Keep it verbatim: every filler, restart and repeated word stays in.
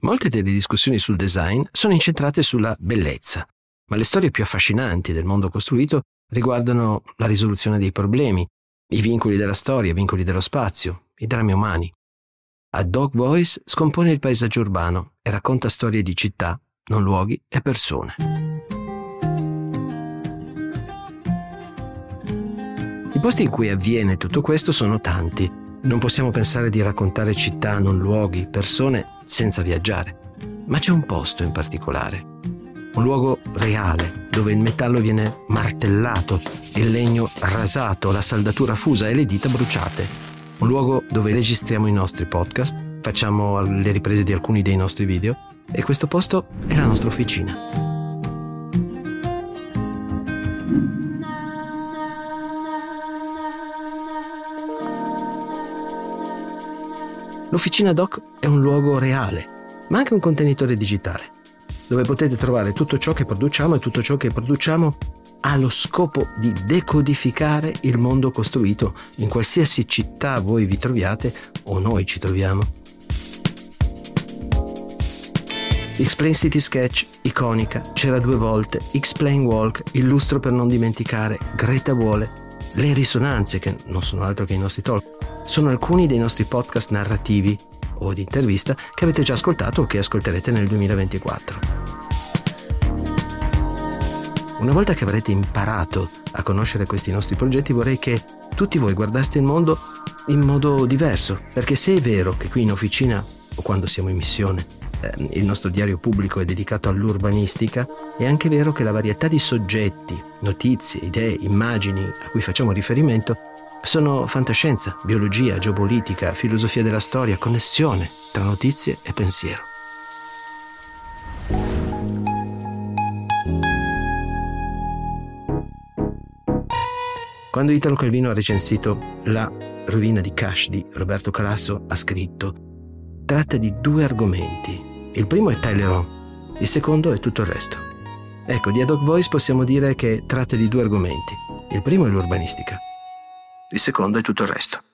Molte delle discussioni sul design sono incentrate sulla bellezza, ma le storie più affascinanti del mondo costruito riguardano la risoluzione dei problemi, i vincoli della storia, i vincoli dello spazio, i drammi umani. A Dog Voice scompone il paesaggio urbano e racconta storie di città, non luoghi e persone. I posti in cui avviene tutto questo sono tanti. Non possiamo pensare di raccontare città, non luoghi, persone senza viaggiare. Ma c'è un posto in particolare, un luogo reale dove il metallo viene martellato, il legno rasato, la saldatura fusa e le dita bruciate. Un luogo dove registriamo i nostri podcast, facciamo le riprese di alcuni dei nostri video e questo posto è la nostra officina. L'Officina Doc è un luogo reale, ma anche un contenitore digitale, dove potete trovare tutto ciò che produciamo e tutto ciò che produciamo ha lo scopo di decodificare il mondo costruito in qualsiasi città voi vi troviate o noi ci troviamo. Explain City Sketch, Iconica, C'era due volte, Explain Walk, Illustro per non dimenticare, Greta vuole, Le risonanze, che non sono altro che i nostri talk, sono alcuni dei nostri podcast narrativi o di intervista che avete già ascoltato o che ascolterete nel duemilaventiquattro. Una volta che avrete imparato a conoscere questi nostri progetti, vorrei che tutti voi guardaste il mondo in modo diverso, perché se è vero che qui in officina o quando siamo in missione eh, il nostro diario pubblico è dedicato all'urbanistica, è anche vero che la varietà di soggetti, notizie, idee, immagini a cui facciamo riferimento sono fantascienza, biologia, geopolitica, filosofia della storia, connessione tra notizie e pensiero. Quando Italo Calvino ha recensito La rovina di Cash di Roberto Calasso, ha scritto: tratta di due argomenti. Il primo è Talleyrand, il secondo è tutto il resto. Ecco, di Ad Hoc Voice possiamo dire che tratta di due argomenti. Il primo è l'urbanistica. Il secondo è tutto il resto.